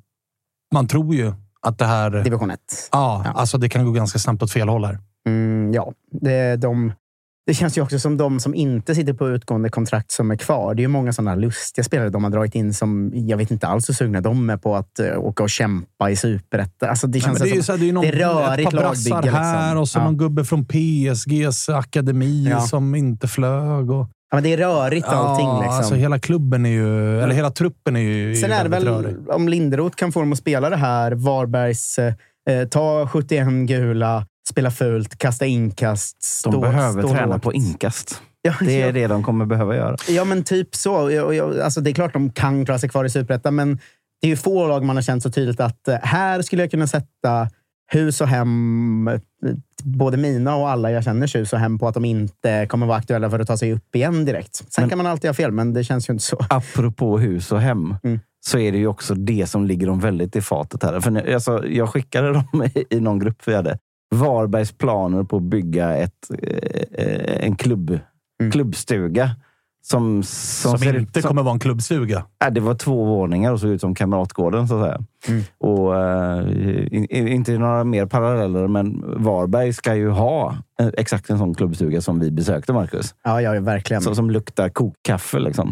[SPEAKER 4] man tror ju att det här...
[SPEAKER 5] Division 1.
[SPEAKER 4] Ja, alltså det kan gå ganska snabbt åt fel håll här.
[SPEAKER 5] Ja, det känns ju också som de som inte sitter på utgående kontrakt som är kvar. Det är ju många sådana lustiga spelare de har dragit in som jag vet inte alls hur sugna de är på att åka och kämpa i Superettan. Alltså det känns
[SPEAKER 4] det är
[SPEAKER 5] rörigt
[SPEAKER 4] ett par brassar här liksom. Och så någon gubbe från PSGs akademi som inte flög. Och...
[SPEAKER 5] Ja, men det är rörigt allting liksom.
[SPEAKER 4] Alltså hela klubben är ju, eller hela truppen är ju.
[SPEAKER 5] Sen är det väl rörig. Om Linderoth kan få dem att spela det här, Varbergs ta 71 gula, spela fult, kasta inkast.
[SPEAKER 6] De behöver träna på inkast. Ja, det är det de kommer behöva göra.
[SPEAKER 5] Ja, men typ så. Alltså, det är klart de kan klara sig kvar i Superettan, men det är ju få lag man har känt så tydligt att här skulle jag kunna sätta hus och hem, både mina och alla jag känner hus och hem på att de inte kommer vara aktuella för att ta sig upp igen direkt. Sen kan man alltid ha fel, men det känns ju inte så.
[SPEAKER 6] Apropå hus och hem, så är det ju också det som ligger dem väldigt i fatet här. För alltså, jag skickade dem i någon grupp vi hade. Varbergs planer på att bygga en klubbstuga som
[SPEAKER 4] inte kommer vara en klubbstuga.
[SPEAKER 6] Det var 2 våningar och såg ut som Kamratgården så att säga. Och inte några mer paralleller, men Varberg ska ju ha exakt en sån klubbstuga som vi besökte, Marcus.
[SPEAKER 5] Ja, verkligen.
[SPEAKER 6] Som luktar kokkaffe liksom.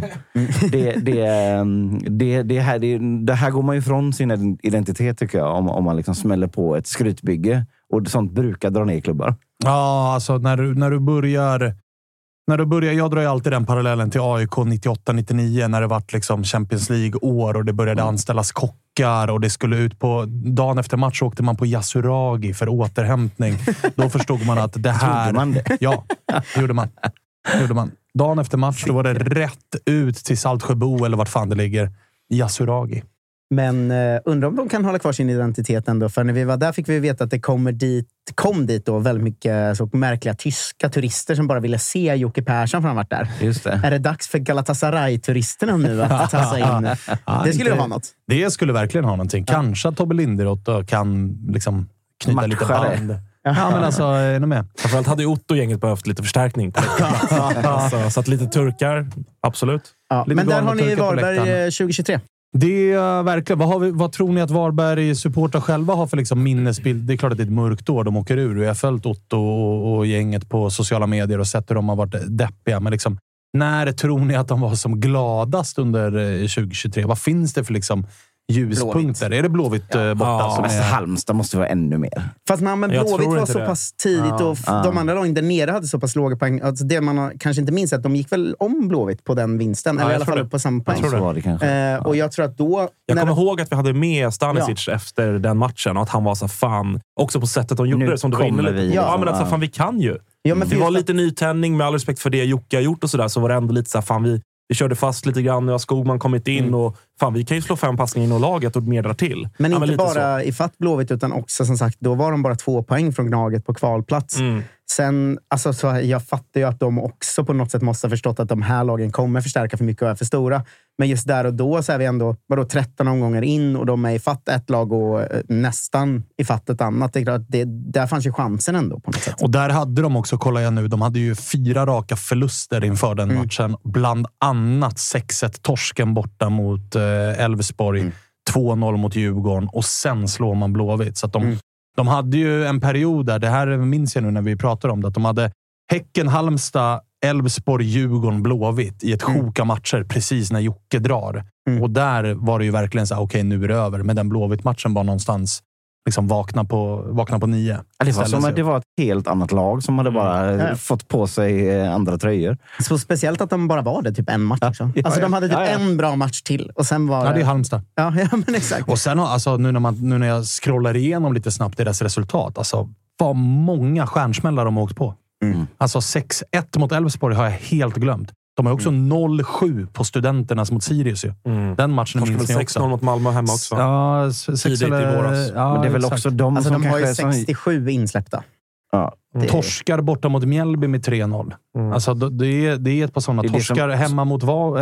[SPEAKER 6] Det här går man ju från sin identitet tycker jag, om man liksom smäller på ett skrytbygge. Och sånt brukar dra ner klubbar.
[SPEAKER 4] Ja, alltså när du börjar, jag drar ju alltid den parallellen till AIK 98-99 när det var liksom Champions League-år och det började anställas kockar och det skulle ut på, dagen efter match åkte man på Yasuragi för återhämtning. Då förstod man att det här...
[SPEAKER 6] Gjorde man det?
[SPEAKER 4] Ja, det gjorde man. Dagen efter match då var det rätt ut till Saltsjöbo eller vart fan det ligger. Yasuragi.
[SPEAKER 5] Men undrar om de kan hålla kvar sin identitet ändå. För när vi var där fick vi veta att det kom dit då väldigt mycket så märkliga tyska turister som bara ville se Jocke Persson för han varit där.
[SPEAKER 6] Just det.
[SPEAKER 5] Är det dags för Galatasaray-turisterna nu att ta sig in? Det skulle ju ha något.
[SPEAKER 4] Det skulle verkligen ha någonting. Kanske att Tobbe Linderoth kan liksom knyta lite band. Ja, men alltså, är ni med?
[SPEAKER 7] Framförallt hade ju Otto-gänget behövt lite förstärkning. Alltså, så att lite turkar, absolut.
[SPEAKER 5] Ja, men där har ni Varberg 2023.
[SPEAKER 4] Det är verkligen. Vad tror ni att Varberg supportrar själva har för liksom minnesbild? Det är klart att det är ett mörkt år de åker ur. Jag har följt Otto och gänget på sociala medier och sett hur de har varit deppiga. Men liksom, när tror ni att de var som gladast under 2023? Vad finns det för liksom ljuspunkter? Är det Blåvitt borta?
[SPEAKER 6] Men Halmstad måste vara ännu mer.
[SPEAKER 5] Fast Blåvitt var så pass tidigt och de andra lagen där nere hade så pass låga poäng. Alltså det man kanske inte minns att de gick väl om Blåvitt på den vinsten. Eller i alla fall på samma poäng.
[SPEAKER 6] Så var det kanske.
[SPEAKER 5] Och jag tror att då...
[SPEAKER 7] Jag kommer ihåg att vi hade med Stanisic efter den matchen och att han var så fan, också på sättet de gjorde det som du var inne lite. Ja, men att fan, vi kan ju. Ja, men det var lite nytändning med all respekt för det Jocke har gjort och sådär, så var det ändå lite så här, fan vi körde fast lite grann, nu har Skogman kommit in och fan, vi kan ju slå 5 passningar in och laget och mer dra till.
[SPEAKER 5] Men inte bara i fatt Blåvitt utan också som sagt, då var de bara 2 poäng från Gnaget på kvalplats. Sen, alltså, så jag fattar ju att de också på något sätt måste ha förstått att de här lagen kommer förstärka för mycket och är för stora. Men just där och då så är vi ändå 13 omgångar in och de är i fatt ett lag och nästan i fatt ett annat. Det är klart, där fanns ju chansen ändå på något sätt.
[SPEAKER 4] Och där hade de också, kollar jag nu, de hade ju 4 raka förluster inför den matchen. Bland annat 6-1 torsken borta mot Elfsborg, 2-0 mot Djurgården och sen slår man Blåvitt. Så att de hade ju en period där, det här minns jag nu när vi pratar om det, att de hade Häcken, Halmstad, Elfsborg, Djurgården, Blåvitt i ett sjok av matcher precis när Jocke drar. Och där var det ju verkligen så här, okej, nu är det över. Men den Blåvitt-matchen var någonstans liksom vakna på 9.
[SPEAKER 6] Det var ett helt annat lag som hade bara fått på sig andra tröjor.
[SPEAKER 5] Så speciellt att de bara var det typ en match också. Alltså de hade typ en bra match till och sen var
[SPEAKER 4] det är Halmstad.
[SPEAKER 5] Ja, men exakt.
[SPEAKER 4] Och sen alltså nu när jag scrollar igenom lite snabbt deras resultat, alltså vad många stjärnsmällar de har åkt på. Alltså 6-1 mot Elfsborg har jag helt glömt. De har också 0-7 på Studenternas mot Sirius ju. Den matchen minns ni också.
[SPEAKER 7] 6-0 mot Malmö hemma också.
[SPEAKER 4] Ja,
[SPEAKER 7] tidigt i våras.
[SPEAKER 4] Ja,
[SPEAKER 6] men det är väl också de
[SPEAKER 5] alltså
[SPEAKER 6] som
[SPEAKER 5] de har ju
[SPEAKER 6] kanske
[SPEAKER 5] 67 insläppta.
[SPEAKER 6] Ja.
[SPEAKER 4] Torskar borta mot Mjällby med 3-0. Alltså det är ett par sådana. Torskar hemma mot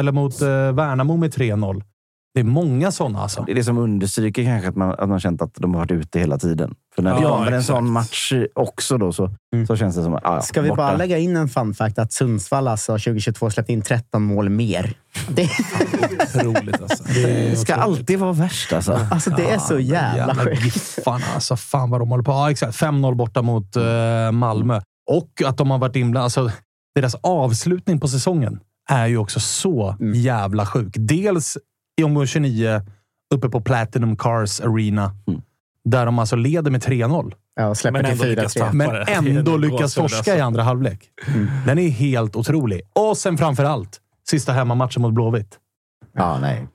[SPEAKER 4] Värnamo med 3-0. Det är många sådana alltså.
[SPEAKER 6] Det är det som understryker kanske att man känt att de har varit ute hela tiden. För när det kommer en sån match också då så känns det som
[SPEAKER 5] ska vi bara lägga in en fun fact att Sundsvall alltså 2022 släppte in 13 mål mer. Det är
[SPEAKER 7] otroligt alltså.
[SPEAKER 6] Det ska alltid vara värst alltså.
[SPEAKER 5] Alltså det är så jävla sjukt.
[SPEAKER 4] Alltså fan vad de håller på. Ja, exakt. 5-0 borta mot Malmö. Och att de har varit inblandade. Alltså, deras avslutning på säsongen är ju också så jävla sjuk. Dels i omgång 29 uppe på Platinum Cars Arena. Där de alltså leder med 3-0.
[SPEAKER 5] Ja, släpper till 4-3.
[SPEAKER 4] Men ändå lyckas torska i andra halvlek. Den är helt otrolig. Och sen framförallt, sista hemmamatchen mot Blåvitt.
[SPEAKER 6] Ja, nej.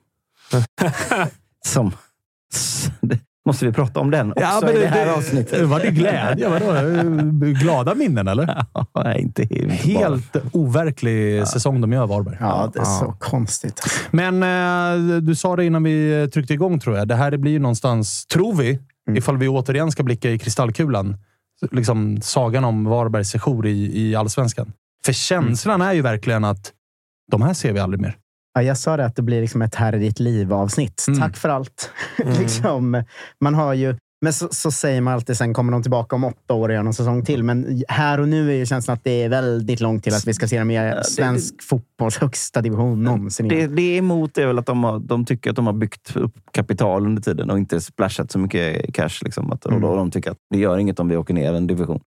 [SPEAKER 6] Måste vi prata om den också men i det här avsnittet?
[SPEAKER 4] Var det glädje? Glada minnen, eller?
[SPEAKER 6] Ja, inte
[SPEAKER 4] helt overklig säsong de gör, Varberg.
[SPEAKER 5] Ja, det är så konstigt.
[SPEAKER 4] Men du sa det innan vi tryckte igång, tror jag. Det här blir ju någonstans, tror vi, ifall vi återigen ska blicka i kristallkulan, liksom sagan om Varbergs sejour i Allsvenskan. För känslan är ju verkligen att de här ser vi aldrig mer.
[SPEAKER 5] Ja, jag sa det att det blir liksom ett här i ditt liv-avsnitt. Tack för allt. Liksom, man har ju... Men så säger man alltid, sen kommer de tillbaka om 8 år och gör någon säsong till. Men här och nu är ju känslan att det är väldigt långt till att vi ska se dem i svensk fotbolls högsta division någonsin.
[SPEAKER 6] Det är emot är väl att de tycker att de har byggt upp kapital under tiden och inte splashat så mycket cash. Liksom, och då de tycker att det gör inget om vi åker ner en division.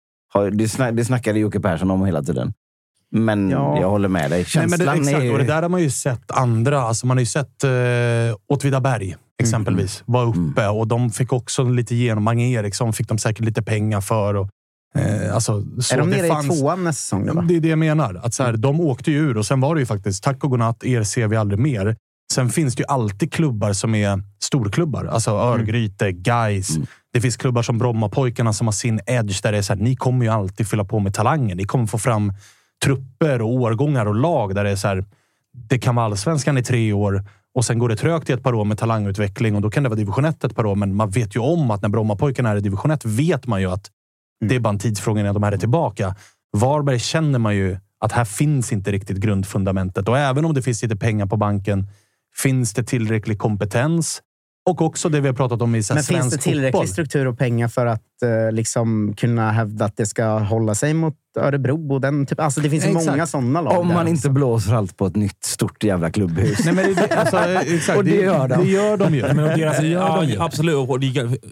[SPEAKER 6] Det snackade Jocke Persson om hela tiden. Men jag håller med dig. Känslan
[SPEAKER 4] exakt, och det där har man ju sett andra. Alltså man har ju sett Åtvidaberg exempelvis var uppe och de fick också lite genom Mange Eriksson fick de säkert lite pengar för. Och, alltså, så
[SPEAKER 5] är de nere
[SPEAKER 4] i 2:an
[SPEAKER 5] nästa säsong då, va?
[SPEAKER 4] Det är det jag menar. Att så här, de åkte ju ur och sen var det ju faktiskt tack och godnatt, er ser vi aldrig mer. Sen finns det ju alltid klubbar som är storklubbar. Alltså Örgryte, Gais. Det finns klubbar som Brommapojkarna som har sin edge där det är så här, ni kommer ju alltid fylla på med talanger. Ni kommer få fram trupper och årgångar och lag där det är så här, det kan vara Allsvenskan i 3 år och sen går det trögt i ett par år med talangutveckling och då kan det vara division 1 ett par år, men man vet ju om att när Brommapojkarna är i division 1 vet man ju att det är bara en tidsfråga när de här är tillbaka. Varberg känner man ju att här finns inte riktigt grundfundamentet och även om det finns lite pengar på banken finns det tillräcklig kompetens och också det vi har pratat om i svensk fotboll. Men finns det tillräcklig
[SPEAKER 5] struktur och pengar för att liksom kunna hävda att det ska hålla sig mot Örebro och den typ, alltså det finns ju många sådana lag.
[SPEAKER 6] Om man inte blåser allt på ett nytt stort jävla klubbhus.
[SPEAKER 4] Nej, men alltså, exakt,
[SPEAKER 6] och det gör de.
[SPEAKER 4] Det gör de ju.
[SPEAKER 7] Nej, men absolut. Och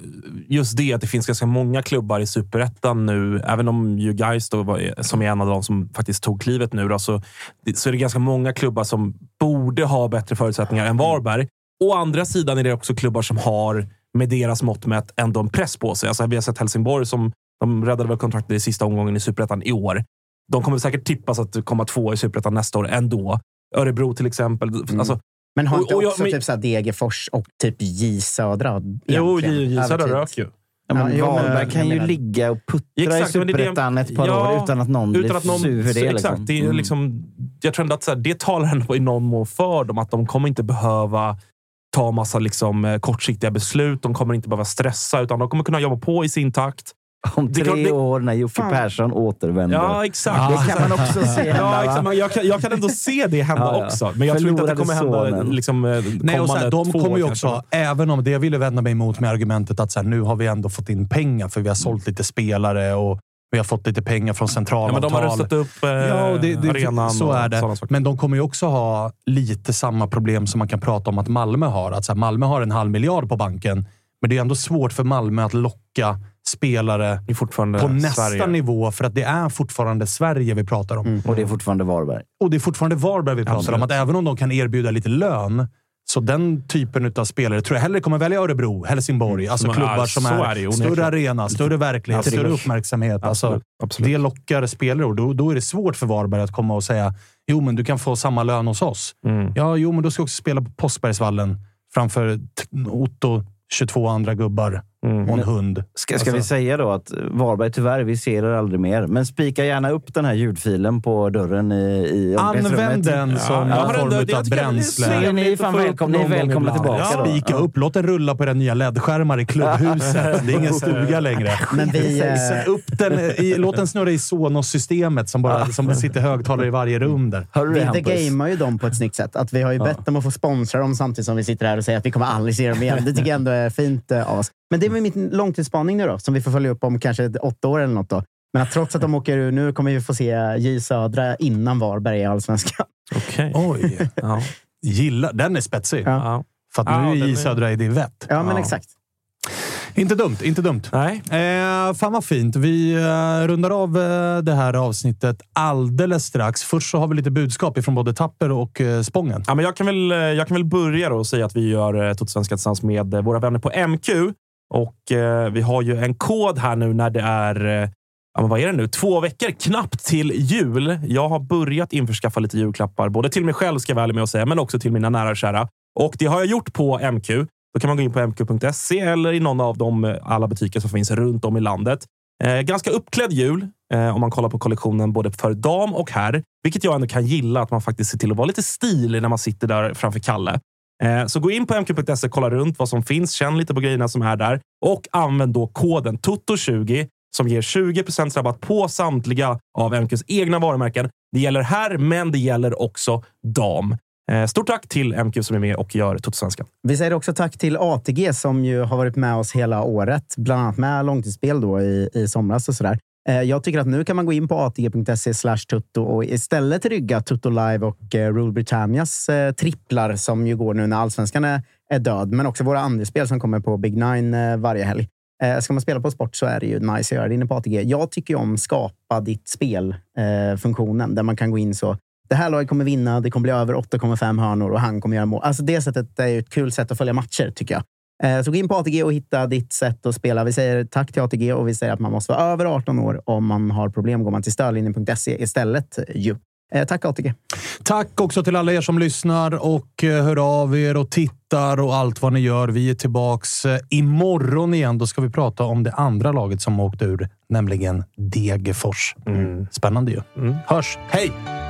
[SPEAKER 7] just det att det finns ganska många klubbar i Superettan nu, även om ju Gais då som är en av de som faktiskt tog klivet nu då, så är det ganska många klubbar som borde ha bättre förutsättningar än Varberg. Å andra sidan är det också klubbar som har med deras mått mätt ändå en press på sig. Alltså vi har sett Helsingborg som de räddade väl kontraktet i sista omgången i Superettan i år. De kommer säkert tippas att komma 2 i Superettan nästa år ändå. Örebro till exempel. Alltså,
[SPEAKER 5] men har inte också typ så här Degerfors och typ J Södra?
[SPEAKER 7] Jo, J Södra rök ju.
[SPEAKER 6] Ja, men Varberg kan ju ligga och puttra i Superettan ett par år utan att någon blir sur för det.
[SPEAKER 7] Exakt,
[SPEAKER 6] liksom.
[SPEAKER 7] det är liksom, jag tror ändå att så här, det talar ändå i någon mån för dem att de kommer inte behöva ta massa liksom, kortsiktiga beslut. De kommer inte behöva stressa utan de kommer kunna jobba på i sin takt.
[SPEAKER 6] Om 3 år när Jocke Persson återvänder.
[SPEAKER 7] Ja, exakt.
[SPEAKER 6] Det kan man också se hända.
[SPEAKER 7] Ja, exakt. Jag kan ändå se det hända också. Men jag tror inte att det kommer hända liksom,
[SPEAKER 4] nej, och så här, de kommer ju också,
[SPEAKER 7] kanske.
[SPEAKER 4] även om det jag ville vända mig emot med argumentet att så här, nu har vi ändå fått in pengar för vi har sålt lite spelare och vi har fått lite pengar från centralavtal.
[SPEAKER 7] Ja, men de har röstat upp arenan.
[SPEAKER 4] Så är det. Men de kommer ju också ha lite samma problem som man kan prata om att Malmö har. Att så här, Malmö har 500 miljoner på banken. Men det är ändå svårt för Malmö att locka spelare på nästa
[SPEAKER 7] Sverige.
[SPEAKER 4] Nivå. För att det är fortfarande Sverige vi pratar om.
[SPEAKER 6] Och det är fortfarande Varberg.
[SPEAKER 4] Och det är fortfarande Varberg vi pratar om. Att även om de kan erbjuda lite lön, så den typen av spelare tror jag hellre kommer välja Örebro, Helsingborg. Alltså klubbar som är större arena, större verklighet, större uppmärksamhet. Alltså, det lockar spelare och då är det svårt för Varberg att komma och säga jo, men du kan få samma lön hos oss. Ja, jo, men du ska också spela på Postbergsvallen framför Otto, 22 andra gubbar och en hund.
[SPEAKER 6] Ska vi säga då att Varberg tyvärr, vi ser det aldrig mer. Men spika gärna upp den här ljudfilen på dörren i
[SPEAKER 4] använd den som form av bränsle.
[SPEAKER 6] Ni är välkomna tillbaka.
[SPEAKER 4] Spika upp, låt den rulla på era nya LED-skärmar i klubbhuset. Det är ingen stuga längre.
[SPEAKER 5] Men
[SPEAKER 4] låt den snurra i Sonos-systemet som sitter högtalare i varje rum där.
[SPEAKER 5] Vi gamear ju dem på ett snyggt sätt. Att vi har ju bett dem att få sponsra dem samtidigt som vi sitter här och säger att vi kommer aldrig se dem igen. Det tycker jag ändå är fint av oss. Men det är min långtidsspaning nu då, som vi får följa upp om kanske 8 år eller något då. Men att trots att de åker ur nu kommer vi få se J Södra innan Varberg i Allsvenskan.
[SPEAKER 7] Okej.
[SPEAKER 4] Oj. Gillar. Den är spetsig.
[SPEAKER 5] Ja.
[SPEAKER 4] För att nu är J Södra i din vett.
[SPEAKER 5] Ja, men exakt.
[SPEAKER 4] Inte dumt.
[SPEAKER 7] Nej.
[SPEAKER 4] Fan vad fint. Vi rundar av det här avsnittet alldeles strax. Först så har vi lite budskap ifrån både Tapper och Spången.
[SPEAKER 7] Ja, men jag kan väl börja då och säga att vi gör Totosvenskan tillsammans med våra vänner på MQ. Och vi har ju en kod här nu när det är... vad är det nu? 2 veckor knappt till jul. Jag har börjat införskaffa lite julklappar. Både till mig själv ska jag väl med att säga. Men också till mina nära och kära. Och det har jag gjort på MQ. Då kan man gå in på mq.se eller i någon av alla butiker som finns runt om i landet. Ganska uppklädd jul. Om man kollar på kollektionen både för dam och herr. Vilket jag ändå kan gilla. Att man faktiskt ser till att vara lite stilig när man sitter där framför Kalle. Så gå in på mq.se, kolla runt vad som finns. Känn lite på grejerna som är där. Och använd då koden TOTO20. Som ger 20% rabatt på samtliga av MQs egna varumärken. Det gäller här, men det gäller också dam. Stort tack till MQ som är med och gör Totosvenskan. Vi säger också tack till ATG som ju har varit med oss hela året. Bland annat med långtidsspel då i somras och sådär. Jag tycker att nu kan man gå in på atg.se/tutto och istället rygga Tutto Live och Rule Britannias tripplar som ju går nu när allsvenskan är död. Men också våra andra spel som kommer på Big Nine varje helg. Ska man spela på sport så är det ju nice att göra det inne på ATG. Jag tycker om skapa ditt spel-funktionen där man kan gå in så. Det här laget kommer vinna, det kommer bli över 8,5 hörnor och han kommer göra mål. Alltså det sättet är ju ett kul sätt att följa matcher tycker jag. Så gå in på ATG och hitta ditt sätt att spela. Vi säger tack till ATG och vi säger att man måste vara över 18 år. Om man har problem går man till stödlinjen.se istället. Tack ATG.
[SPEAKER 4] Tack också till alla er som lyssnar och hör av er och tittar och allt vad ni gör. Vi är tillbaks imorgon igen. Då ska vi prata om det andra laget som åkte ur, nämligen Degerfors. Spännande ju. Hörs. Hej!